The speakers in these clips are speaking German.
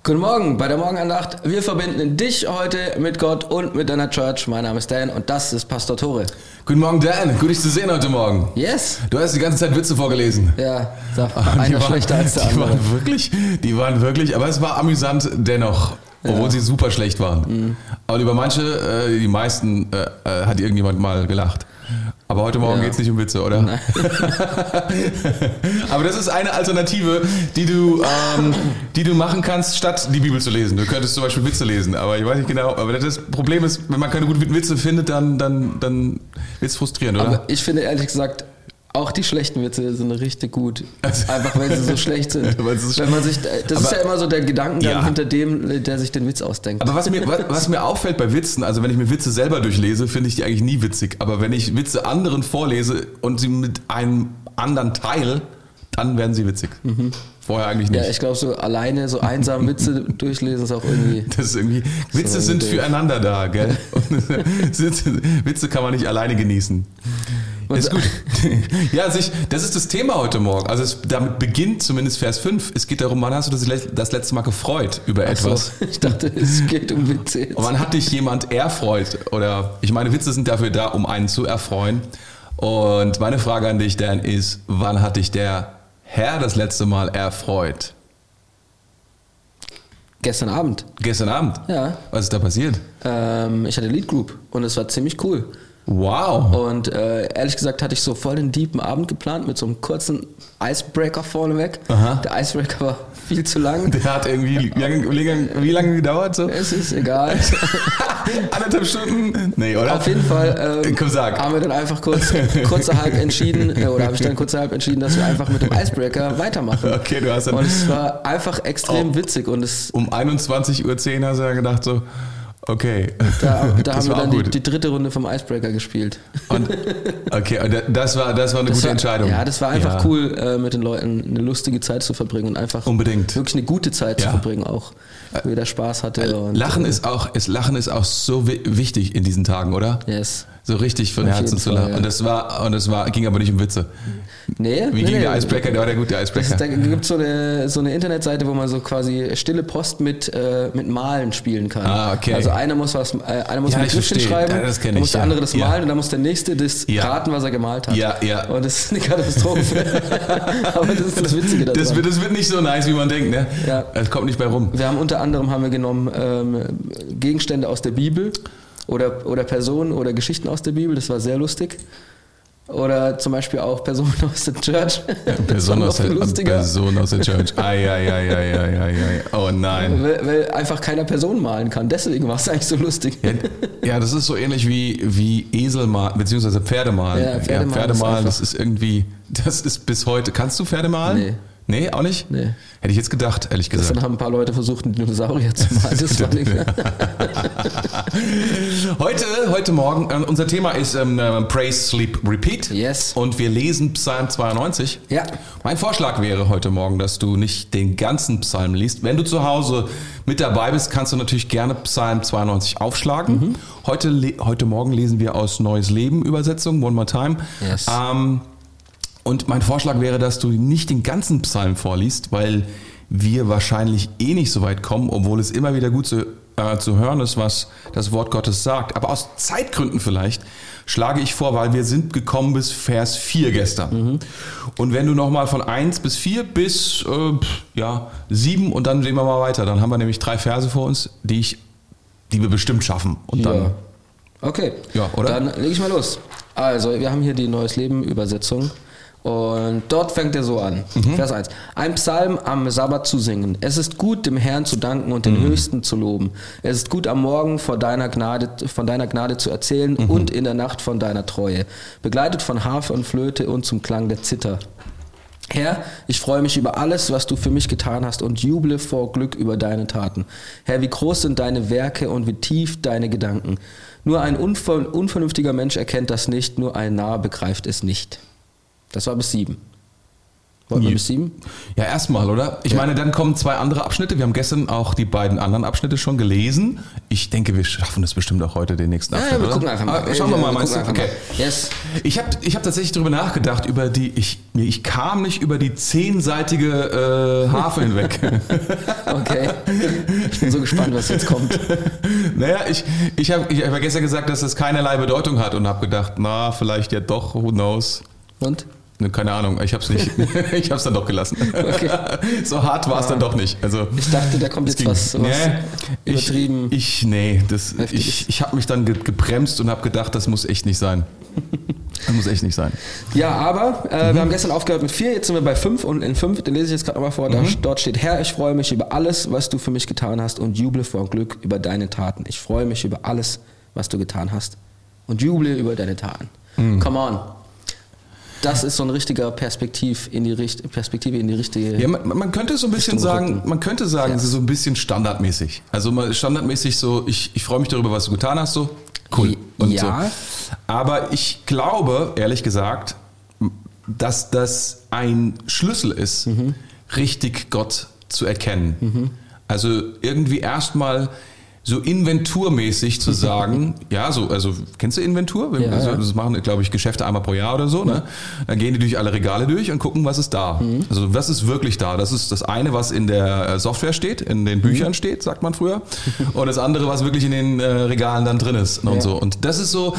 Guten Morgen bei der Morgenandacht. Wir verbinden dich heute mit Gott und mit deiner Church. Mein Name ist Dan und das ist Pastor Tore. Guten Morgen, Dan. Gut, dich zu sehen heute Morgen. Yes. Du hast die ganze Zeit Witze vorgelesen. Ja, einer schlechter als der andere. Die waren wirklich, aber es war amüsant dennoch, obwohl sie super schlecht waren. Mhm. Aber über manche, die meisten, hat irgendjemand mal gelacht. Aber heute Morgen geht es nicht um Witze, oder? Nein. Aber das ist eine Alternative, die du machen kannst, statt die Bibel zu lesen. Du könntest zum Beispiel Witze lesen, aber ich weiß nicht genau. Aber das Problem ist, wenn man keine guten Witze findet, dann wird es frustrierend, oder? Aber ich finde ehrlich gesagt, auch die schlechten Witze sind richtig gut. Einfach weil sie so schlecht sind. Wenn man sich, das ist ja immer so der Gedankengang hinter dem, der sich den Witz ausdenkt. Aber was mir auffällt bei Witzen, also wenn ich mir Witze selber durchlese, finde ich die eigentlich nie witzig. Aber wenn ich Witze anderen vorlese und sie mit einem anderen teile, dann werden sie witzig. Mhm. Vorher eigentlich nicht. Ja, ich glaube, so alleine, so einsam Witze durchlesen ist auch irgendwie... Das ist irgendwie... Witze sind füreinander da, gell? Witze kann man nicht alleine genießen. Ist gut. Ja, das ist das Thema heute Morgen. Also damit beginnt zumindest Vers 5. Es geht darum, wann hast du das letzte Mal gefreut über etwas? So, ich dachte, es geht um Witze jetzt. Und wann hat dich jemand erfreut? Oder ich meine, Witze sind dafür da, um einen zu erfreuen. Und meine Frage an dich, Dan, ist, wann hat dich der Herr das letzte Mal erfreut? Gestern Abend. Gestern Abend? Ja. Was ist da passiert? Ich hatte Lead Group und es war ziemlich cool. Wow. Und ehrlich gesagt hatte ich so voll den deepen Abend geplant mit so einem kurzen Icebreaker vorneweg. Aha. Der Icebreaker war viel zu lang. Der hat irgendwie, wie lange gedauert so? Es ist egal. 1,5 Stunden? Nee, oder? Auf jeden Fall haben wir dann einfach kurzerhalb entschieden, dass wir einfach mit dem Icebreaker weitermachen. Okay, du hast dann... Und es war einfach extrem witzig. Und um 21:10 Uhr hast du ja gedacht so... Okay. Da haben wir dann die dritte Runde vom Icebreaker gespielt. Und das war eine gute Entscheidung. Ja, das war einfach cool, mit den Leuten eine lustige Zeit zu verbringen und einfach wirklich eine gute Zeit zu verbringen auch. Jeder Spaß hatte. Und Lachen ist auch so wichtig in diesen Tagen, oder? Yes. So richtig von Herzen zu lachen. Ja. Und das ging aber nicht um Witze. Wie ging der Icebreaker? Der war der gute Icebreaker. Da gibt es so eine Internetseite, wo man so quasi stille Post mit Malen spielen kann. Ah, okay. Also einer muss mit Schriftchen schreiben, dann muss der andere das malen und dann muss der nächste das raten, was er gemalt hat. Ja, ja. Und das ist eine Katastrophe. Aber das ist das Witzige daran. Das wird nicht so nice, wie man denkt, ne? Ja. Es kommt nicht bei rum. Wir haben unter anderem genommen Gegenstände aus der Bibel oder Personen oder Geschichten aus der Bibel. Das war sehr lustig. Oder zum Beispiel auch Personen aus der Church. Personen aus der Church. Oh nein. Weil einfach keiner Person malen kann. Deswegen war es eigentlich so lustig. Ja, das ist so ähnlich wie Esel malen, beziehungsweise Pferde malen. Ja, Pferde malen, das ist bis heute. Kannst du Pferde malen? Nee. Nee, auch nicht? Nee. Hätte ich jetzt gedacht, ehrlich gesagt. Dann haben ein paar Leute versucht, einen Dinosaurier zu malen. Das war nicht Heute Morgen, unser Thema ist Praise, Sleep, Repeat. Yes. Und wir lesen Psalm 92. Ja. Mein Vorschlag wäre heute Morgen, dass du nicht den ganzen Psalm liest. Wenn du zu Hause mit dabei bist, kannst du natürlich gerne Psalm 92 aufschlagen. Mhm. Heute Morgen lesen wir aus Neues Leben Übersetzung, One More Time. Yes. Und mein Vorschlag wäre, dass du nicht den ganzen Psalm vorliest, weil wir wahrscheinlich nicht so weit kommen, obwohl es immer wieder gut zu hören ist, was das Wort Gottes sagt. Aber aus Zeitgründen vielleicht schlage ich vor, weil wir sind gekommen bis Vers 4 gestern. Mhm. Und wenn du nochmal von 1 bis 4 bis 7 und dann sehen wir mal weiter. Dann haben wir nämlich 3 Verse vor uns, die wir bestimmt schaffen. Und dann... Okay, oder? Dann lege ich mal los. Also, wir haben hier die Neues Leben Übersetzung. Und dort fängt er so an. Vers 1. Ein Psalm am Sabbat zu singen. Es ist gut, dem Herrn zu danken und den Höchsten zu loben. Es ist gut, am Morgen von deiner Gnade zu erzählen und in der Nacht von deiner Treue. Begleitet von Harfe und Flöte und zum Klang der Zither. Herr, ich freue mich über alles, was du für mich getan hast und juble vor Glück über deine Taten. Herr, wie groß sind deine Werke und wie tief deine Gedanken. Nur ein unvernünftiger Mensch erkennt das nicht, nur ein Narr begreift es nicht. Das war bis 7. Wollten wir bis 7? Ja, erstmal, oder? Ich meine, dann kommen 2 andere Abschnitte. Wir haben gestern auch die beiden anderen Abschnitte schon gelesen. Ich denke, wir schaffen es bestimmt auch heute, den nächsten Abschnitt, wir gucken einfach mal. Schauen wir mal, meinst du? Okay. Yes. Ich hab tatsächlich darüber nachgedacht, ich kam nicht über die 10-seitige Harfe hinweg. Okay. Ich bin so gespannt, was jetzt kommt. Naja, ich hab gestern gesagt, dass das keinerlei Bedeutung hat und habe gedacht, na, vielleicht ja doch, who knows. Und? Keine Ahnung, ich hab's nicht. Ich hab's dann doch gelassen. Okay. So hart war es dann doch nicht. Also, ich dachte, da kommt jetzt was übertrieben. Ich habe mich dann gebremst und habe gedacht, das muss echt nicht sein. Das muss echt nicht sein. Ja, aber wir haben gestern aufgehört mit 4, jetzt sind wir bei 5 und in 5, den lese ich jetzt gerade nochmal vor, dort steht: Herr, ich freue mich über alles, was du für mich getan hast und juble vor Glück über deine Taten. Ich freue mich über alles, was du getan hast und juble über deine Taten. Come on. Das ist so ein richtiger Perspektive in die richtige. Ja, man könnte so ein bisschen sagen, es ist so ein bisschen standardmäßig. Also standardmäßig so, ich freue mich darüber, was du getan hast, so cool. Und ja. So. Aber ich glaube, ehrlich gesagt, dass das ein Schlüssel ist, richtig Gott zu erkennen. Also irgendwie erstmal so inventurmäßig zu sagen, also kennst du Inventur? Das machen, glaube ich, Geschäfte einmal pro Jahr oder so, ne? Dann gehen die durch alle Regale durch und gucken, was ist da. Also was ist wirklich da? Das ist das eine, was in der Software steht, in den Büchern steht, sagt man früher. Und das andere, was wirklich in den Regalen dann drin ist und so. Und das ist so,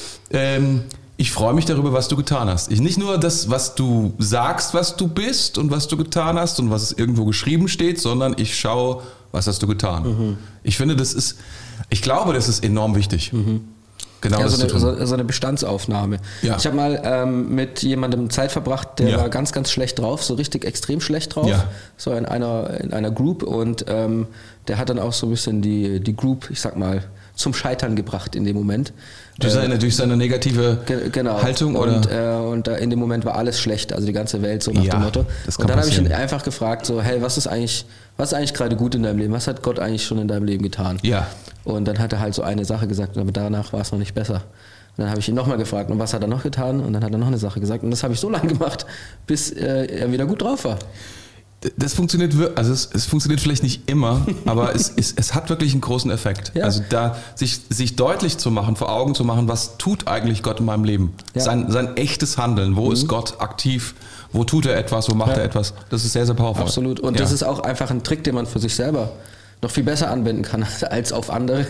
ich freue mich darüber, was du getan hast. Nicht nur das, was du sagst, was du bist und was du getan hast und was es irgendwo geschrieben steht, sondern ich schaue, was hast du getan. Ich finde, ich glaube, das ist enorm wichtig. Genau, ja, so eine Bestandsaufnahme. Ja. Ich habe mal mit jemandem Zeit verbracht, der war ganz, ganz schlecht drauf, so richtig extrem schlecht drauf, so in einer Group, und der hat dann auch so ein bisschen die Group, ich sag mal, zum Scheitern gebracht in dem Moment. Durch seine negative Haltung? Oder? Und in dem Moment war alles schlecht, also die ganze Welt, so nach dem Motto. Und dann habe ich ihn einfach gefragt, so, hey, was ist eigentlich gerade gut in deinem Leben? Was hat Gott eigentlich schon in deinem Leben getan? Ja. Und dann hat er halt so eine Sache gesagt, aber danach war es noch nicht besser. Und dann habe ich ihn nochmal gefragt, und was hat er noch getan? Und dann hat er noch eine Sache gesagt. Und das habe ich so lange gemacht, bis er wieder gut drauf war. Das funktioniert, also es funktioniert vielleicht nicht immer, aber es hat wirklich einen großen Effekt. Ja. Also da sich deutlich zu machen, vor Augen zu machen, was tut eigentlich Gott in meinem Leben? Ja. Sein echtes Handeln, wo ist Gott aktiv, wo tut er etwas, wo macht er etwas? Das ist sehr, sehr powerful. Absolut. Und das ist auch einfach ein Trick, den man für sich selber noch viel besser anwenden kann als auf andere.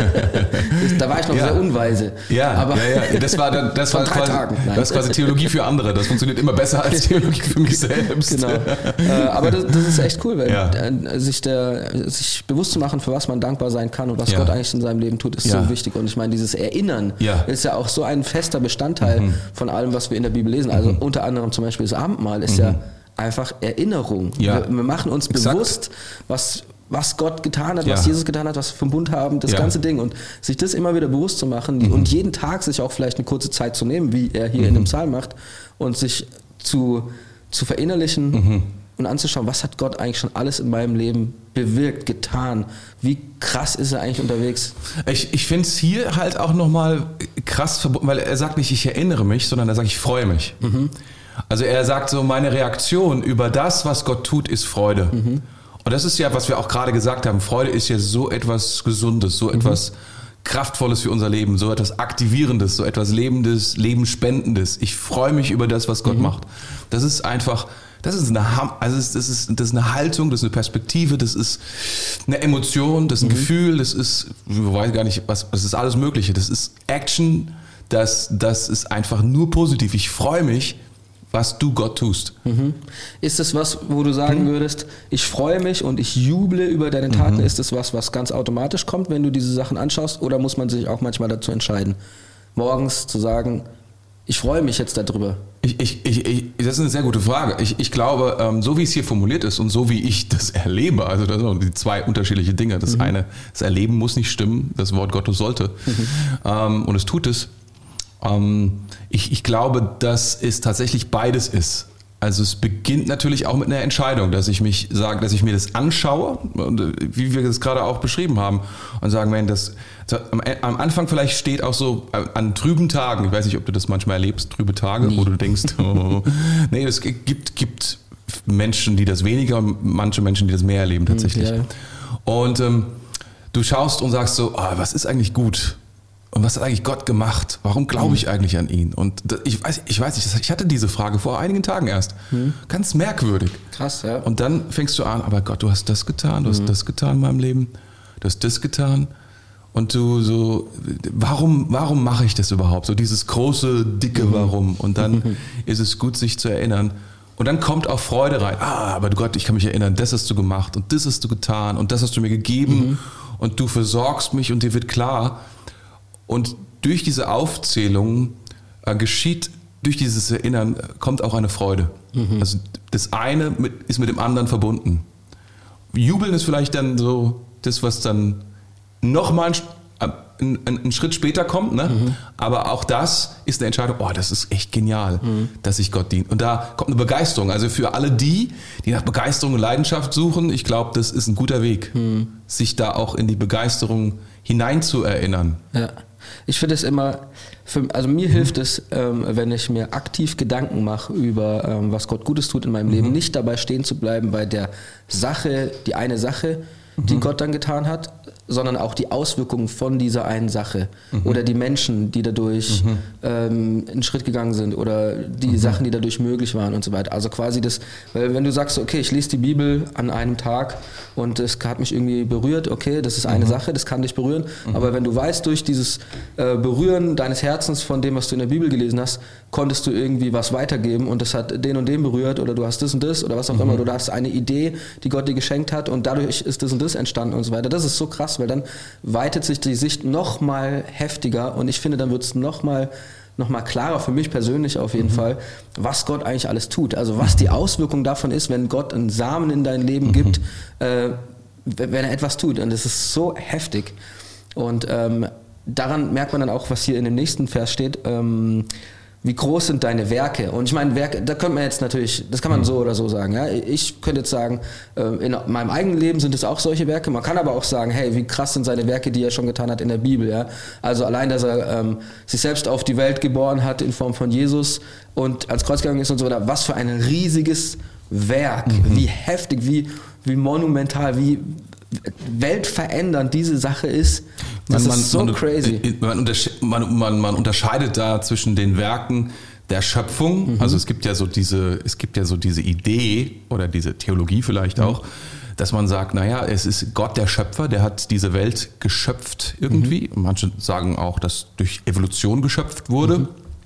Da war ich noch sehr unweise. Aber das war quasi Theologie für andere. Das funktioniert immer besser als Theologie für mich selbst. Genau. Aber das ist echt cool, weil sich bewusst zu machen, für was man dankbar sein kann und was Gott eigentlich in seinem Leben tut, ist so wichtig. Und ich meine, dieses Erinnern ist ja auch so ein fester Bestandteil von allem, was wir in der Bibel lesen. Also unter anderem zum Beispiel das Abendmahl ist ja einfach Erinnerung. Ja. Wir machen uns bewusst, was Gott getan hat, was Jesus getan hat, was wir vom Bund haben, das ganze Ding. Und sich das immer wieder bewusst zu machen und jeden Tag sich auch vielleicht eine kurze Zeit zu nehmen, wie er hier in dem Psalm macht, und sich zu verinnerlichen und anzuschauen, was hat Gott eigentlich schon alles in meinem Leben bewirkt, getan, wie krass ist er eigentlich unterwegs. Ich finde es hier halt auch nochmal krass verbunden, weil er sagt nicht, ich erinnere mich, sondern er sagt, ich freue mich. Also er sagt so, meine Reaktion über das, was Gott tut, ist Freude. Und das ist ja, was wir auch gerade gesagt haben, Freude ist ja so etwas Gesundes, so etwas Kraftvolles für unser Leben, so etwas Aktivierendes, so etwas Lebendes, Lebensspendendes. Ich freue mich über das, was Gott macht. Das ist einfach, das ist eine Haltung, das ist eine Perspektive, das ist eine Emotion, das ist ein Gefühl, das ist, ich weiß gar nicht, das ist alles Mögliche. Das ist Action, das ist einfach nur positiv. Ich freue mich, was du Gott tust. Ist das was, wo du sagen würdest, ich freue mich und ich juble über deine Taten? Ist das was ganz automatisch kommt, wenn du diese Sachen anschaust? Oder muss man sich auch manchmal dazu entscheiden, morgens zu sagen, ich freue mich jetzt darüber? Das ist eine sehr gute Frage. Ich glaube, so wie es hier formuliert ist und so wie ich das erlebe, also das sind die zwei unterschiedliche Dinge. Das eine, das Erleben muss nicht stimmen, das Wort Gottes sollte. Und es tut es. Ich glaube, dass es tatsächlich beides ist. Also es beginnt natürlich auch mit einer Entscheidung, dass ich mir das anschaue, wie wir das gerade auch beschrieben haben, und sagen, am Anfang vielleicht steht auch so an trüben Tagen, ich weiß nicht, ob du das manchmal erlebst, trübe Tage, wo du denkst, nee, es gibt Menschen, die das weniger, und manche Menschen, die das mehr erleben tatsächlich. Und du schaust und sagst so, was ist eigentlich gut? und was hat eigentlich Gott gemacht? Warum glaube ich eigentlich an ihn? Und ich weiß nicht, ich hatte diese Frage vor einigen Tagen erst. Ganz merkwürdig. Krass, ja. Und dann fängst du an, aber Gott, du hast das getan, du hast das getan in meinem Leben, du hast das getan. Und du so, warum mache ich das überhaupt? So dieses große, dicke Warum. Und dann ist es gut, sich zu erinnern. Und dann kommt auch Freude rein. Aber Gott, ich kann mich erinnern, das hast du gemacht und das hast du getan und das hast du mir gegeben und du versorgst mich und dir wird klar. Und durch diese Aufzählung geschieht, durch dieses Erinnern kommt auch eine Freude. Also das eine ist mit dem anderen verbunden. Jubeln ist vielleicht dann so das, was dann nochmal einen Schritt später kommt, ne? Aber auch das ist eine Entscheidung, das ist echt genial, dass ich Gott diene. Und da kommt eine Begeisterung. Also für alle die nach Begeisterung und Leidenschaft suchen, ich glaube, das ist ein guter Weg, sich da auch in die Begeisterung hinein zu erinnern. Ja. Ich finde es immer, also mir hilft es, wenn ich mir aktiv Gedanken mache über, was Gott Gutes tut in meinem Leben, nicht dabei stehen zu bleiben bei der Sache, die eine Sache, die Gott dann getan hat, sondern auch die Auswirkungen von dieser einen Sache oder die Menschen, die dadurch einen Schritt gegangen sind oder die Sachen, die dadurch möglich waren und so weiter. Also quasi das, weil wenn du sagst, okay, ich lese die Bibel an einem Tag und es hat mich irgendwie berührt, okay, das ist eine Sache, das kann dich berühren, aber wenn du weißt, durch dieses Berühren deines Herzens von dem, was du in der Bibel gelesen hast, konntest du irgendwie was weitergeben und das hat den und den berührt oder du hast das und das oder was auch immer, oder du hast eine Idee, die Gott dir geschenkt hat und dadurch ist das und das entstanden und so weiter. Das ist so krass, weil dann weitet sich die Sicht noch mal heftiger und ich finde, dann wird es noch mal klarer für mich persönlich auf jeden Fall, was Gott eigentlich alles tut. Also was die Auswirkung davon ist, wenn Gott einen Samen in dein Leben gibt, wenn er etwas tut. Und das ist so heftig. Und daran merkt man dann auch, was hier in dem nächsten Vers steht, wie groß sind deine Werke? Und ich meine, Werke, da könnte man jetzt natürlich, das kann man so oder so sagen. Ja? Ich könnte jetzt sagen, in meinem eigenen Leben sind es auch solche Werke. Man kann aber auch sagen, hey, wie krass sind seine Werke, die er schon getan hat in der Bibel. Ja? Also allein, dass er sich selbst auf die Welt geboren hat in Form von Jesus und ans Kreuz gegangen ist und so weiter. Was für ein riesiges Werk, wie heftig, wie monumental, wie weltverändernd diese Sache ist. Das ist so crazy. Man unterscheidet da zwischen den Werken der Schöpfung. Also es gibt ja so diese Idee oder diese Theologie vielleicht auch, dass man sagt, naja, es ist Gott der Schöpfer, der hat diese Welt geschöpft irgendwie. Manche sagen auch, dass durch Evolution geschöpft wurde.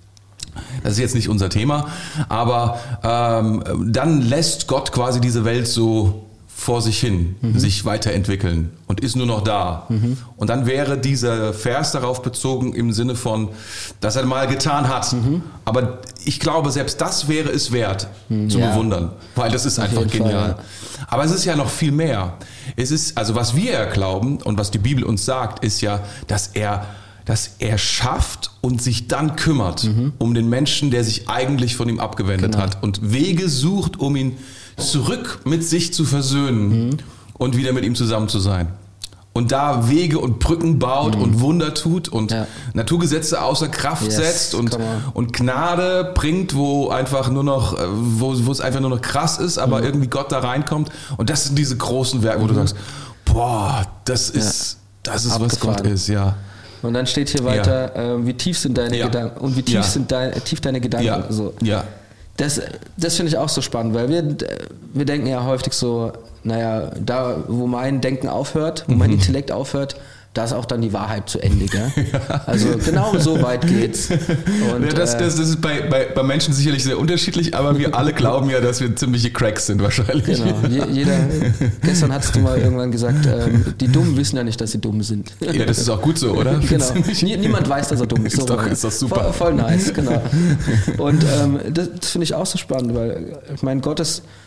Das ist jetzt nicht unser Thema, aber dann lässt Gott quasi diese Welt so vor sich hin, sich weiterentwickeln und ist nur noch da. Und dann wäre dieser Vers darauf bezogen im Sinne von, dass er mal getan hat. Aber ich glaube, selbst das wäre es wert zu bewundern, weil das ist einfach genial. Fall, ja. Aber es ist ja noch viel mehr. Es ist, also was wir ja glauben und was die Bibel uns sagt, ist ja, dass er schafft und sich dann kümmert um den Menschen, der sich eigentlich von ihm abgewendet hat und Wege sucht, um ihn zurück mit sich zu versöhnen und wieder mit ihm zusammen zu sein. Und da Wege und Brücken baut und Wunder tut und Naturgesetze außer Kraft setzt und Gnade bringt, wo einfach nur noch, wo es einfach nur noch krass ist, aber irgendwie Gott da reinkommt. Und das sind diese großen Werke, wo du sagst, boah, das ist was Gott ist, ja. Und dann steht hier weiter, wie tief sind deine Gedanken und wie tief sind tief deine Gedanken. Ja. So. Ja. Das finde ich auch so spannend, weil wir denken ja häufig so, naja, da wo mein Denken aufhört, wo mein Intellekt aufhört, da ist auch dann die Wahrheit zu Ende. Gell? Also genau so weit geht's. Und, ja, das ist bei Menschen sicherlich sehr unterschiedlich, aber wir alle glauben ja, dass wir ziemliche Cracks sind wahrscheinlich. Genau. Gestern hattest du mal irgendwann gesagt, die Dummen wissen ja nicht, dass sie dumm sind. Ja, das ist auch gut so, oder? Genau. Niemand weiß, dass er dumm ist. Ist doch super. Voll nice, genau. Und das finde ich auch so spannend, weil ich meine, Gott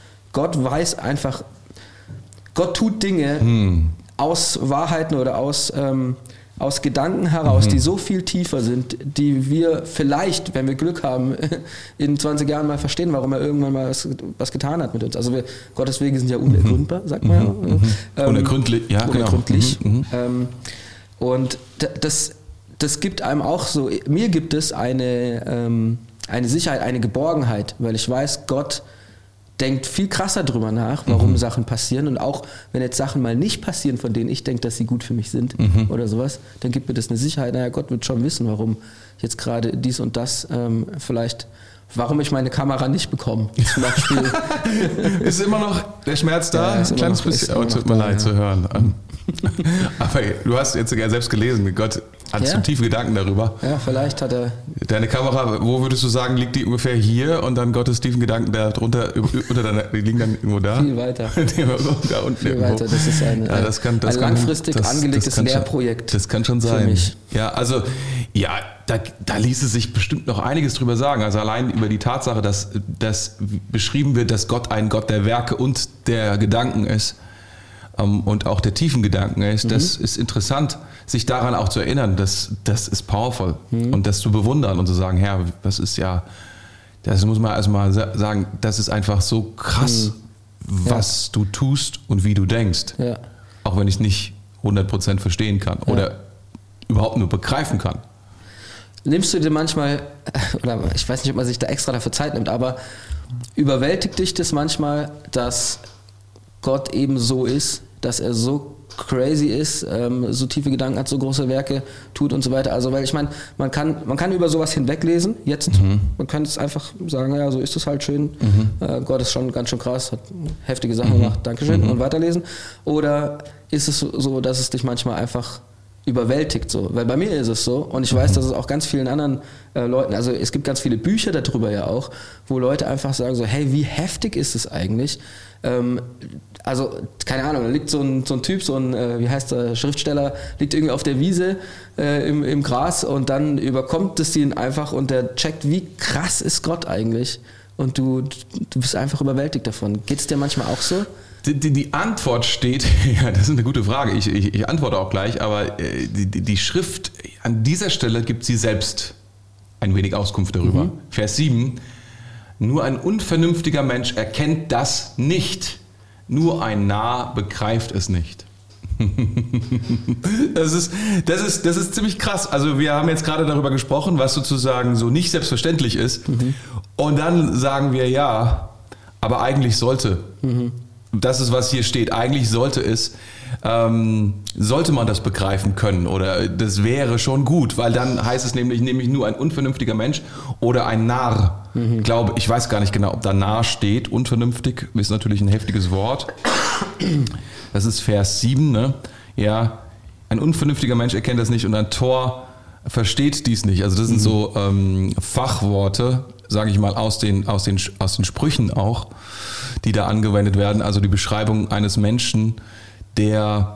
weiß einfach, Gott tut Dinge aus Wahrheiten oder aus Gedanken heraus, die so viel tiefer sind, die wir vielleicht, wenn wir Glück haben, in 20 Jahren mal verstehen, warum er irgendwann mal was getan hat mit uns. Also Gottes Wege sind ja unergründbar, sagt man ja. Unergründlich, ja, unergründlich. Genau. Und das gibt einem auch so, mir gibt es eine Sicherheit, eine Geborgenheit, weil ich weiß, Gott denkt viel krasser drüber nach, warum Sachen passieren. Und auch wenn jetzt Sachen mal nicht passieren, von denen ich denke, dass sie gut für mich sind oder sowas, dann gibt mir das eine Sicherheit. Naja, Gott wird schon wissen, warum jetzt gerade dies und das warum ich meine Kamera nicht bekomme. Zum Beispiel. Ist immer noch der Schmerz da? Ja, ein kleines bisschen. Oh, tut mir leid zu hören. Aber du hast jetzt sogar selbst gelesen, Gott hat so tiefe Gedanken darüber. Ja, vielleicht hat er... Deine Kamera, wo würdest du sagen, liegt die ungefähr hier und dann Gottes tiefen Gedanken da drunter, die liegen dann irgendwo da? Viel weiter. Da unten viel weiter. Das ist ein langfristig angelegtes Lehrprojekt. Das kann schon sein. Für mich. Ja, also, da ließe sich bestimmt noch einiges drüber sagen. Also allein über die Tatsache, dass beschrieben wird, dass Gott ein Gott der Werke und der Gedanken ist. Und auch der tiefen Gedanken ist, das ist interessant, sich daran auch zu erinnern, das ist powerful und das zu bewundern und zu sagen, Herr, das muss man erstmal sagen, das ist einfach so krass, was du tust und wie du denkst, auch wenn ich es nicht 100% verstehen kann oder überhaupt nur begreifen kann. Nimmst du dir manchmal, oder ich weiß nicht, ob man sich da extra dafür Zeit nimmt, aber überwältigt dich das manchmal, dass Gott eben so ist, dass er so crazy ist, so tiefe Gedanken hat, so große Werke tut und so weiter. Also, weil ich meine, man kann über sowas hinweglesen, jetzt, man kann es einfach sagen, ja, so ist es halt schön, Gott ist schon ganz schön krass, hat heftige Sachen gemacht, Dankeschön, und weiterlesen. Oder ist es so, dass es dich manchmal einfach überwältigt, so, weil bei mir ist es so und ich weiß, dass es auch ganz vielen anderen Leuten, also es gibt ganz viele Bücher darüber ja auch, wo Leute einfach sagen so, hey, wie heftig ist es eigentlich? Also, keine Ahnung, da liegt so ein Typ, wie heißt der, Schriftsteller, liegt irgendwie auf der Wiese im Gras und dann überkommt es ihn einfach und der checkt, wie krass ist Gott eigentlich und du bist einfach überwältigt davon. Geht es dir manchmal auch so? Die Antwort steht, ja, das ist eine gute Frage, ich antworte auch gleich, aber die Schrift an dieser Stelle gibt sie selbst ein wenig Auskunft darüber. Vers 7, nur ein unvernünftiger Mensch erkennt das nicht, nur ein Narr begreift es nicht. Das ist ziemlich krass. Also wir haben jetzt gerade darüber gesprochen, was sozusagen so nicht selbstverständlich ist und dann sagen wir ja, aber eigentlich sollte. Das ist, was hier steht. Eigentlich sollte man das begreifen können oder das wäre schon gut, weil dann heißt es nämlich nur ein unvernünftiger Mensch oder ein Narr. Ich weiß gar nicht genau, ob da Narr steht. Unvernünftig ist natürlich ein heftiges Wort. Das ist Vers 7, ne? Ja, ein unvernünftiger Mensch erkennt das nicht und ein Tor versteht dies nicht. Also das sind so Fachworte, sage ich mal, aus den Sprüchen auch, die da angewendet werden. Also die Beschreibung eines Menschen, der,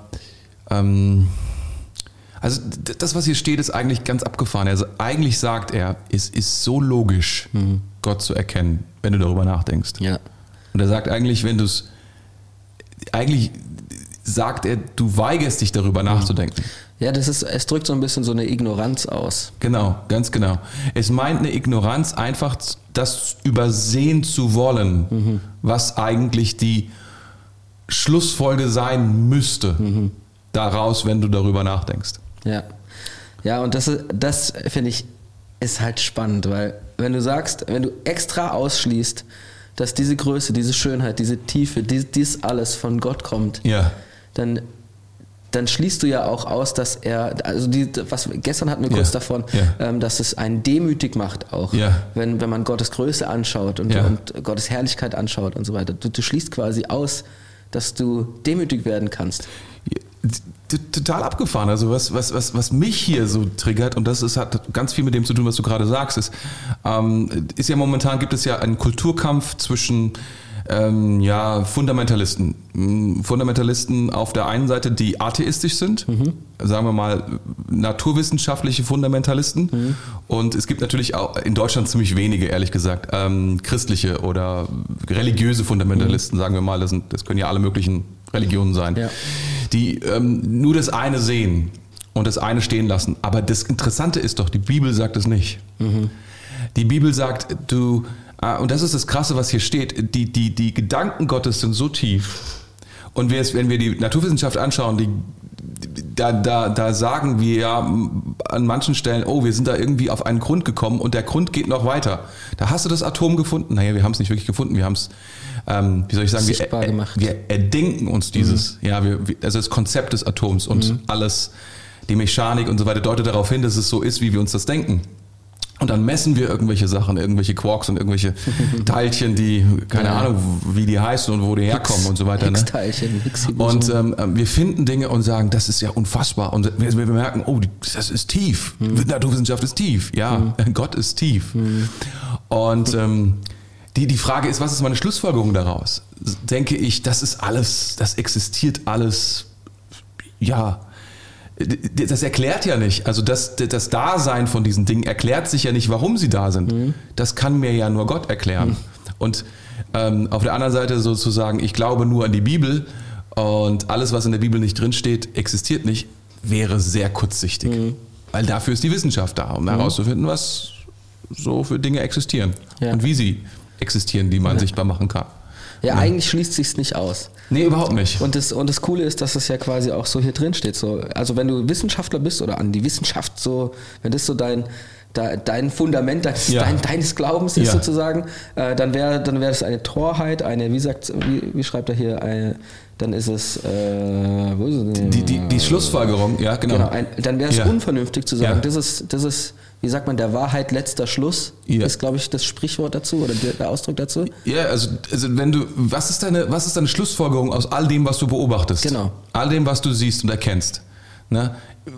also das, was hier steht, ist eigentlich ganz abgefahren. Also eigentlich sagt er, es ist so logisch, Gott zu erkennen, wenn du darüber nachdenkst. Ja. Und er sagt eigentlich, eigentlich sagt er, du weigerst dich darüber nachzudenken. Ja, es drückt so ein bisschen so eine Ignoranz aus. Genau, ganz genau. Es meint eine Ignoranz, einfach das übersehen zu wollen, was eigentlich die Schlussfolge sein müsste, daraus, wenn du darüber nachdenkst. Ja, ja, und das finde ich, ist halt spannend, weil wenn du extra ausschließt, dass diese Größe, diese Schönheit, diese Tiefe, dies alles von Gott kommt, dann schließt du ja auch aus, dass gestern hatten wir kurz davon, dass es einen demütig macht auch, wenn man Gottes Größe anschaut und Gottes Herrlichkeit anschaut und so weiter. Du schließt quasi aus, dass du demütig werden kannst. Total abgefahren. Also was mich hier so triggert, und hat ganz viel mit dem zu tun, was du gerade sagst, ist ja momentan gibt es ja einen Kulturkampf zwischen Fundamentalisten. Fundamentalisten auf der einen Seite, die atheistisch sind, sagen wir mal naturwissenschaftliche Fundamentalisten. Und es gibt natürlich auch in Deutschland ziemlich wenige, ehrlich gesagt, christliche oder religiöse Fundamentalisten, sagen wir mal. Das können ja alle möglichen Religionen sein, die nur das eine sehen und das eine stehen lassen. Aber das Interessante ist doch, die Bibel sagt es nicht. Die Bibel sagt, und das ist das Krasse, was hier steht, die Gedanken Gottes sind so tief. Und wenn wir die Naturwissenschaft anschauen, da sagen wir ja an manchen Stellen, oh, wir sind da irgendwie auf einen Grund gekommen und der Grund geht noch weiter. Da hast du das Atom gefunden. Naja, wir haben es nicht wirklich gefunden. Wir haben es, wie soll ich sagen, wir erdenken uns dieses, also das Konzept des Atoms und alles, die Mechanik und so weiter deutet darauf hin, dass es so ist, wie wir uns das denken. Und dann messen wir irgendwelche Sachen, irgendwelche Quarks und irgendwelche Teilchen, die, keine Ahnung, wie die heißen und wo die herkommen und so weiter. Higgs-Teilchen, und wir finden Dinge und sagen, das ist ja unfassbar. Und wir merken, oh, das ist tief. Naturwissenschaft ist tief. Ja, Gott ist tief. Und die Frage ist, was ist meine Schlussfolgerung daraus? Denke ich, das ist alles, das existiert alles, ja. Das erklärt ja nicht, also das Dasein von diesen Dingen erklärt sich ja nicht, warum sie da sind. Das kann mir ja nur Gott erklären. Und auf der anderen Seite sozusagen, ich glaube nur an die Bibel und alles, was in der Bibel nicht drinsteht, existiert nicht, wäre sehr kurzsichtig. Weil dafür ist die Wissenschaft da, um herauszufinden, was so für Dinge existieren und wie sie existieren, die man sichtbar machen kann. Ja, eigentlich schließt sich's nicht aus. Nee, überhaupt nicht. Und das Coole ist, dass es ja quasi auch so hier drin steht. So. Also wenn du Wissenschaftler bist oder an die Wissenschaft so, wenn das so dein Fundament deines Glaubens ist sozusagen, dann wäre das eine Torheit, wie schreibt er hier, dann ist es, wo ist es? Die Schlussfolgerung, ja, genau. Dann wäre es unvernünftig zu sagen, das ist, wie sagt man, der Wahrheit letzter Schluss, ist, glaube ich, das Sprichwort dazu oder der Ausdruck dazu. Ja, also wenn was ist deine Schlussfolgerung aus all dem, was du beobachtest? Genau. All dem, was du siehst und erkennst. Ne?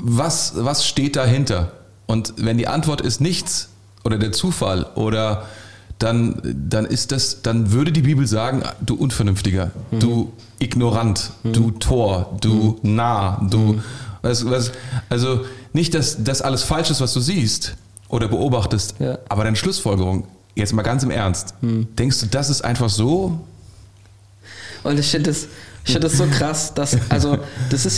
Was steht dahinter? Und wenn die Antwort ist nichts oder der Zufall oder dann würde die Bibel sagen, du Unvernünftiger, du Ignorant, du Tor, du Narr, du also nicht, dass das alles falsch ist, was du siehst oder beobachtest, aber deine Schlussfolgerung, jetzt mal ganz im Ernst, denkst du, das ist einfach so? Und ich finde das so krass, das ist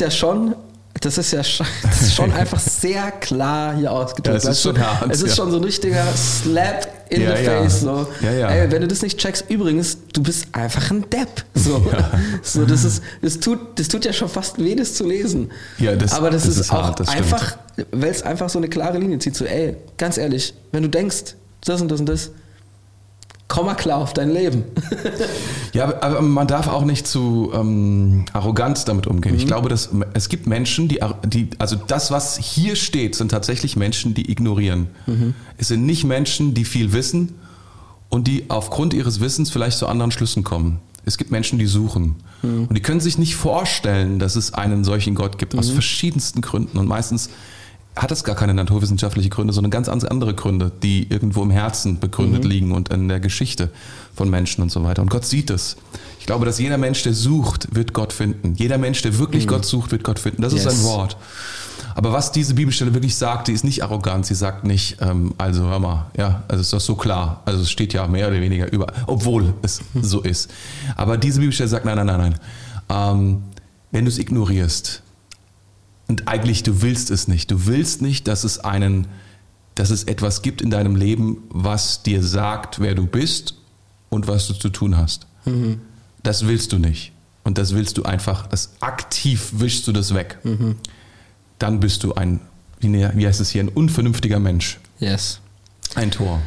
schon einfach sehr klar hier ausgedrückt. Ja, es ist schon so ein richtiger Slap in the face. So. Ja. Ey, wenn du das nicht checkst, übrigens, du bist einfach ein Depp. So. So, das tut ja schon fast weh, das zu lesen. Ja, aber das ist auch hart, das einfach, weil es einfach so eine klare Linie zieht. So, ey, ganz ehrlich, wenn du denkst, das und das und das, komm mal klar auf dein Leben. Ja, aber man darf auch nicht zu arrogant damit umgehen. Ich glaube, dass es gibt Menschen, also das, was hier steht, sind tatsächlich Menschen, die ignorieren. Es sind nicht Menschen, die viel wissen und die aufgrund ihres Wissens vielleicht zu anderen Schlüssen kommen. Es gibt Menschen, die suchen. Und die können sich nicht vorstellen, dass es einen solchen Gott gibt, aus verschiedensten Gründen. Und meistens hat es gar keine naturwissenschaftliche Gründe, sondern ganz andere Gründe, die irgendwo im Herzen begründet liegen und in der Geschichte von Menschen und so weiter. Und Gott sieht es. Ich glaube, dass jeder Mensch, der sucht, wird Gott finden. Jeder Mensch, der wirklich Gott sucht, wird Gott finden. Das ist sein Wort. Aber was diese Bibelstelle wirklich sagt, die ist nicht arrogant. Sie sagt nicht, also hör mal, ja, also ist das so klar. Also es steht ja mehr oder weniger über, obwohl es so ist. Aber diese Bibelstelle sagt, nein. Wenn du es ignorierst, und eigentlich, du willst es nicht. Du willst nicht, dass es etwas gibt in deinem Leben, was dir sagt, wer du bist und was du zu tun hast. Das willst du nicht. Und das willst du einfach, aktiv wischst du das weg. Dann bist du wie heißt es hier, ein unvernünftiger Mensch. Yes. Ein Tor.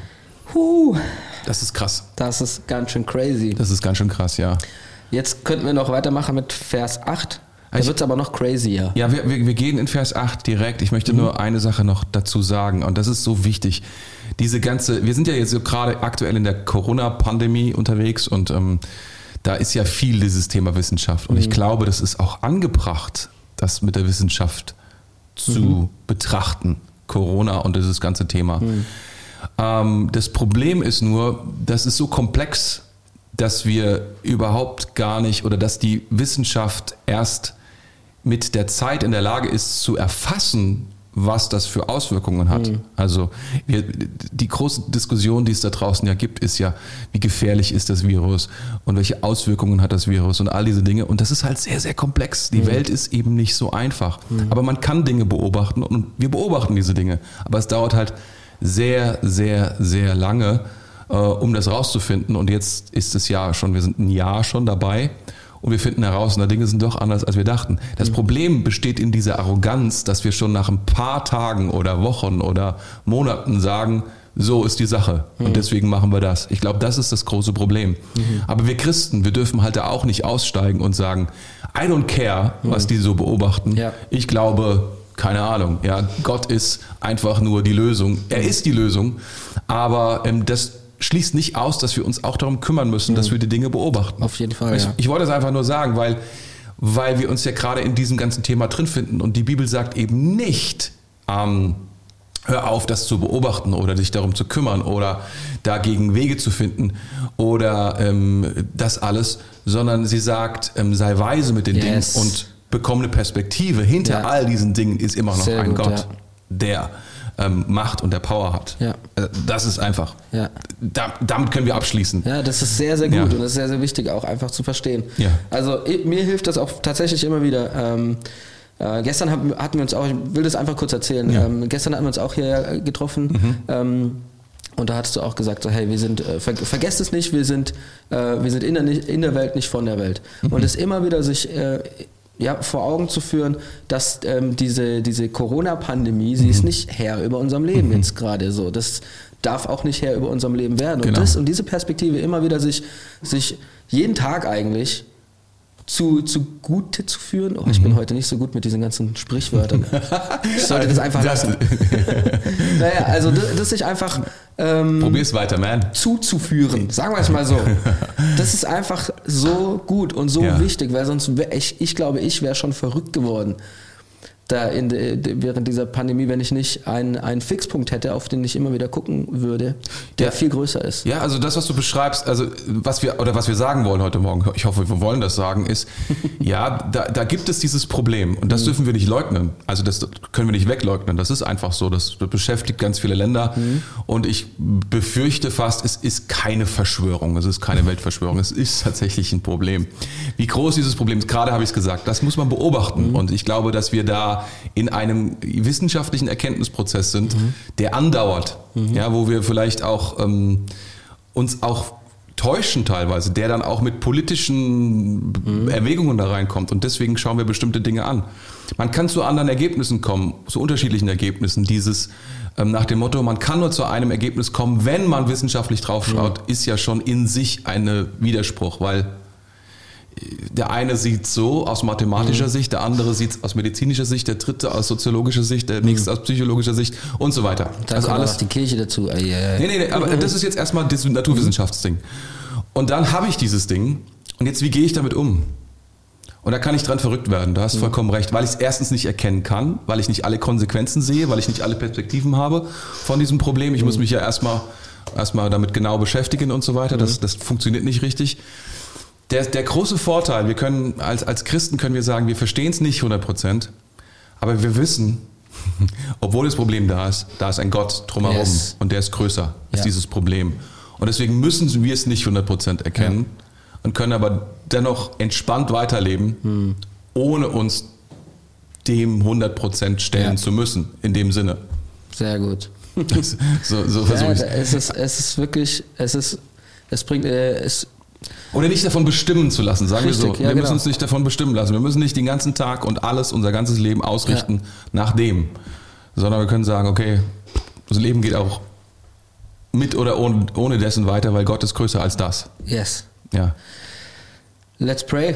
Das ist krass. Das ist ganz schön crazy. Das ist ganz schön krass, ja. Jetzt könnten wir noch weitermachen mit Vers 8. Da wird es aber noch crazier. Ja, wir gehen in Vers 8 direkt. Ich möchte nur eine Sache noch dazu sagen und das ist so wichtig. Wir sind ja jetzt so gerade aktuell in der Corona-Pandemie unterwegs und da ist ja viel dieses Thema Wissenschaft und ich glaube, das ist auch angebracht, das mit der Wissenschaft zu betrachten. Corona und dieses ganze Thema. Das Problem ist nur, das ist so komplex, dass wir überhaupt gar nicht oder dass die Wissenschaft erst mit der Zeit in der Lage ist zu erfassen, was das für Auswirkungen hat. Also die große Diskussion, die es da draußen ja gibt, ist ja, wie gefährlich ist das Virus und welche Auswirkungen hat das Virus und all diese Dinge. Und das ist halt sehr, sehr komplex. Die Welt ist eben nicht so einfach. Aber man kann Dinge beobachten und wir beobachten diese Dinge. Aber es dauert halt sehr, sehr, sehr lange, um das rauszufinden. Und jetzt ist es ja schon, wir sind ein Jahr schon dabei. und wir finden heraus, na, Dinge sind doch anders, als wir dachten. Das Problem besteht in dieser Arroganz, dass wir schon nach ein paar Tagen oder Wochen oder Monaten sagen, so ist die Sache und deswegen machen wir das. Ich glaube, das ist das große Problem. Aber wir Christen, wir dürfen halt da auch nicht aussteigen und sagen, I don't care, was die so beobachten. Ja. Ich glaube, keine Ahnung, ja, Gott ist einfach nur die Lösung. Er ist die Lösung, aber das schließt nicht aus, dass wir uns auch darum kümmern müssen, dass wir die Dinge beobachten. Auf jeden Fall, ja. Ich wollte es einfach nur sagen, weil wir uns ja gerade in diesem ganzen Thema drin finden und die Bibel sagt eben nicht, hör auf, das zu beobachten oder dich darum zu kümmern oder dagegen Wege zu finden oder das alles, sondern sie sagt, sei weise mit den Dingen und bekomme eine Perspektive. Hinter all diesen Dingen ist immer noch ein Gott, der Macht und der Power hat. Ja. Das ist einfach. Ja. Damit können wir abschließen. Ja, das ist sehr, sehr gut und das ist sehr, sehr wichtig auch einfach zu verstehen. Ja. Also mir hilft das auch tatsächlich immer wieder. Gestern hatten wir uns auch, ich will das einfach kurz erzählen, gestern hatten wir uns auch hier getroffen und da hattest du auch gesagt, so, hey, wir sind, vergesst es nicht, wir sind in der Welt, nicht von der Welt. Und es immer wieder sich vor Augen zu führen, dass diese Corona-Pandemie, sie ist nicht Herr über unserem Leben jetzt gerade so. Das darf auch nicht Herr über unserem Leben werden. Genau. Und diese Perspektive immer wieder sich jeden Tag eigentlich zugute zu führen. Oh, ich bin heute nicht so gut mit diesen ganzen Sprichwörtern. Ich sollte das einfach lassen. Naja, also das sich einfach probier's weiter, man. Zuzuführen, sagen wir es mal so. Das ist einfach so gut und so wichtig, weil sonst ich glaube, ich wäre schon verrückt geworden während dieser Pandemie, wenn ich nicht einen Fixpunkt hätte, auf den ich immer wieder gucken würde, der viel größer ist. Ja, also das, was du beschreibst, also was wir sagen wollen heute Morgen, ich hoffe, wir wollen das sagen, ist, da gibt es dieses Problem und das dürfen wir nicht leugnen. Also das können wir nicht wegleugnen. Das ist einfach so. Das beschäftigt ganz viele Länder und ich befürchte fast, es ist keine Verschwörung, es ist keine Weltverschwörung, es ist tatsächlich ein Problem. Wie groß dieses Problem ist, gerade habe ich es gesagt, das muss man beobachten und ich glaube, dass wir da in einem wissenschaftlichen Erkenntnisprozess sind, der andauert, wo wir vielleicht auch uns auch täuschen teilweise, der dann auch mit politischen Erwägungen da reinkommt und deswegen schauen wir bestimmte Dinge an. Man kann zu anderen Ergebnissen kommen, zu unterschiedlichen Ergebnissen. Dieses nach dem Motto, man kann nur zu einem Ergebnis kommen, wenn man wissenschaftlich drauf schaut, ist ja schon in sich ein Widerspruch, weil der eine sieht so aus mathematischer Sicht, der andere sieht es aus medizinischer Sicht, der dritte aus soziologischer Sicht, der nächste aus psychologischer Sicht und so weiter. Da also kommt alles auch die Kirche dazu. Nee, aber das ist jetzt erstmal das Naturwissenschaftsding. Und dann habe ich dieses Ding und jetzt, wie gehe ich damit um? Und da kann ich dran verrückt werden, du hast vollkommen recht, weil ich es erstens nicht erkennen kann, weil ich nicht alle Konsequenzen sehe, weil ich nicht alle Perspektiven habe von diesem Problem. Ich muss mich ja erstmal damit genau beschäftigen und so weiter, das funktioniert nicht richtig. Der große Vorteil, wir können als Christen können wir sagen, wir verstehen es nicht 100%, aber wir wissen, obwohl das Problem da ist ein Gott drumherum und der ist größer als dieses Problem. Und deswegen müssen wir es nicht 100% erkennen und können aber dennoch entspannt weiterleben, ohne uns dem 100% stellen zu müssen, in dem Sinne. Sehr gut. So versuche ich es ist wirklich, oder nicht davon bestimmen zu lassen, sagen wir so. Wir müssen uns nicht davon bestimmen lassen. Wir müssen nicht den ganzen Tag und alles, unser ganzes Leben ausrichten nach dem. Sondern wir können sagen, okay, unser Leben geht auch mit oder ohne dessen weiter, weil Gott ist größer als das. Yes. Ja. Let's pray.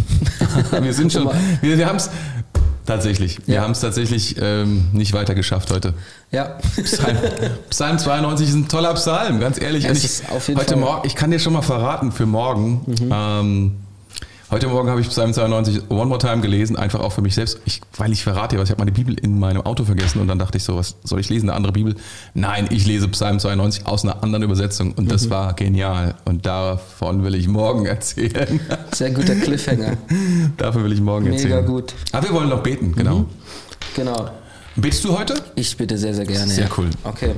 Wir haben es tatsächlich. Wir haben es tatsächlich nicht weiter geschafft heute. Ja. Psalm 92 ist ein toller Psalm, ganz ehrlich. Ist auf jeden Fall. Morgen, ich kann dir schon mal verraten für morgen. Heute Morgen habe ich Psalm 92 one more time gelesen, einfach auch für mich selbst, weil ich verrate dir was, ich habe meine Bibel in meinem Auto vergessen und dann dachte ich so, was soll ich lesen, eine andere Bibel? Nein, ich lese Psalm 92 aus einer anderen Übersetzung und das war genial und davon will ich morgen erzählen. Sehr guter Cliffhanger. Davon will ich morgen erzählen. Mega gut. Aber wir wollen noch beten, genau. Genau. Betest du heute? Ich bitte sehr, sehr gerne. Sehr cool. Okay.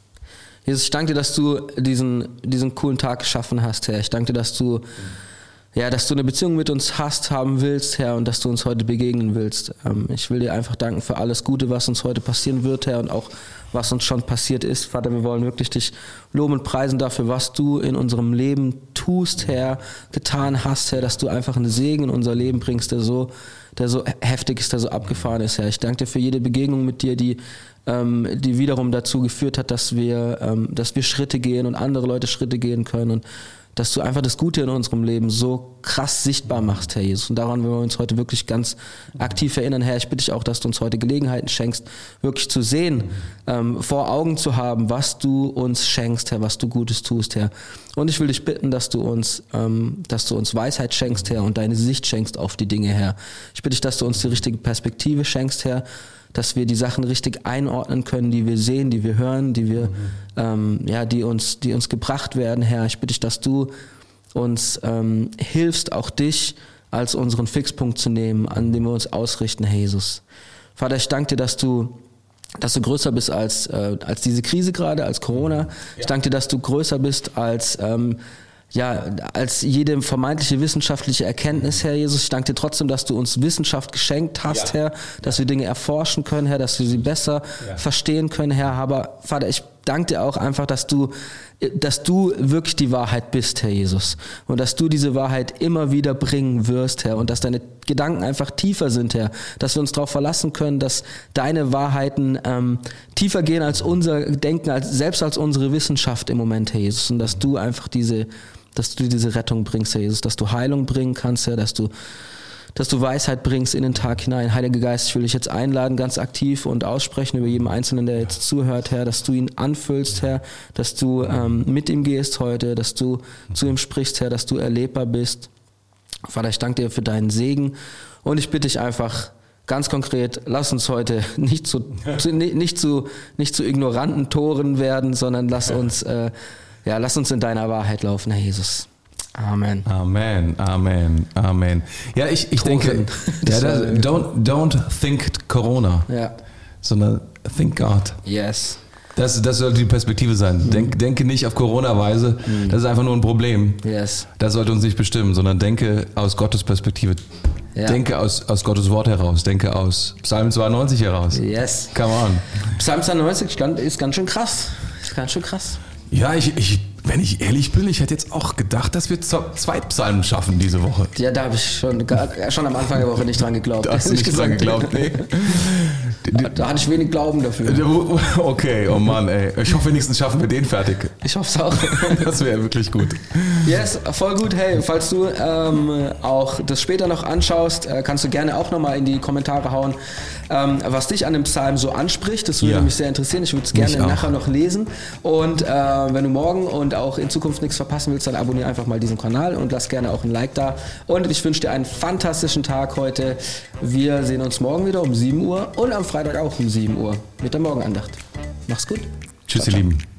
Jesus, ich danke dir, dass du diesen coolen Tag geschaffen hast, Herr. Ich danke dir, dass du ja, dass du eine Beziehung mit uns haben willst, Herr, und dass du uns heute begegnen willst. Ich will dir einfach danken für alles Gute, was uns heute passieren wird, Herr, und auch was uns schon passiert ist. Vater, wir wollen wirklich dich loben und preisen dafür, was du in unserem Leben tust, Herr, getan hast, Herr, dass du einfach einen Segen in unser Leben bringst, der so heftig ist, der so abgefahren ist, Herr. Ich danke dir für jede Begegnung mit dir, die wiederum dazu geführt hat, dass wir Schritte gehen und andere Leute Schritte gehen können und dass du einfach das Gute in unserem Leben so krass sichtbar machst, Herr Jesus. Und daran wollen wir uns heute wirklich ganz aktiv erinnern, Herr. Ich bitte dich auch, dass du uns heute Gelegenheiten schenkst, wirklich zu sehen, vor Augen zu haben, was du uns schenkst, Herr, was du Gutes tust, Herr. Und ich will dich bitten, dass du uns Weisheit schenkst, Herr, und deine Sicht schenkst auf die Dinge, Herr. Ich bitte dich, dass du uns die richtige Perspektive schenkst, Herr, dass wir die Sachen richtig einordnen können, die wir sehen, die wir hören, die uns gebracht werden, Herr. Ich bitte dich, dass du uns hilfst, auch dich als unseren Fixpunkt zu nehmen, an dem wir uns ausrichten, Herr Jesus. Vater, ich danke dir, dass du größer bist als diese Krise gerade, als Corona. Ja. Ich danke dir, dass du größer bist als jede vermeintliche wissenschaftliche Erkenntnis, Herr Jesus. Ich danke dir trotzdem, dass du uns Wissenschaft geschenkt hast, Herr, dass wir Dinge erforschen können, Herr, dass wir sie besser verstehen können, Herr. Aber Vater, ich danke dir auch einfach, dass du wirklich die Wahrheit bist, Herr Jesus. Und dass du diese Wahrheit immer wieder bringen wirst, Herr. Und dass deine Gedanken einfach tiefer sind, Herr. Dass wir uns darauf verlassen können, dass deine Wahrheiten tiefer gehen als unser Denken, selbst als unsere Wissenschaft im Moment, Herr Jesus. Und dass du einfach diese Rettung bringst, Herr Jesus. Dass du Heilung bringen kannst, Herr. Dass du Weisheit bringst in den Tag hinein. Heiliger Geist, ich will dich jetzt einladen, ganz aktiv und aussprechen über jeden Einzelnen, der jetzt zuhört, Herr, dass du ihn anfüllst, Herr, dass du mit ihm gehst heute, dass du zu ihm sprichst, Herr, dass du erlebbar bist. Vater, ich danke dir für deinen Segen und ich bitte dich einfach ganz konkret, lass uns heute nicht zu ignoranten Toren werden, sondern lass uns in deiner Wahrheit laufen, Herr Jesus. Amen. Amen, Amen, Amen. Ja, ich denke, don't think Corona, sondern think God. Yes. Das sollte die Perspektive sein. Denke nicht auf Corona-Weise, das ist einfach nur ein Problem. Yes. Das sollte uns nicht bestimmen, sondern denke aus Gottes Perspektive. Ja. Denke aus Gottes Wort heraus, denke aus Psalm 92 heraus. Yes. Come on. Psalm 92 ist ganz schön krass. Ja, wenn ich ehrlich bin, ich hätte jetzt auch gedacht, dass wir 2 Psalmen schaffen diese Woche. Ja, da habe ich schon am Anfang der Woche nicht dran geglaubt. Da hast du nicht dran geglaubt, nee. Da hatte ich wenig Glauben dafür. Okay, oh Mann, ey. Ich hoffe, wenigstens schaffen wir den fertig. Ich hoffe es auch. Das wäre wirklich gut. Yes, voll gut. Hey, falls du auch das später noch anschaust, kannst du gerne auch nochmal in die Kommentare hauen, was dich an dem Psalm so anspricht. Das würde mich sehr interessieren. Ich würde es gerne nachher noch lesen. Und wenn du morgen und auch in Zukunft nichts verpassen willst, dann abonniere einfach mal diesen Kanal und lass gerne auch ein Like da. Und ich wünsche dir einen fantastischen Tag heute. Wir sehen uns morgen wieder um 7 Uhr und am Freitag auch um 7 Uhr mit der Morgenandacht. Mach's gut. Tschüss, ihr Lieben.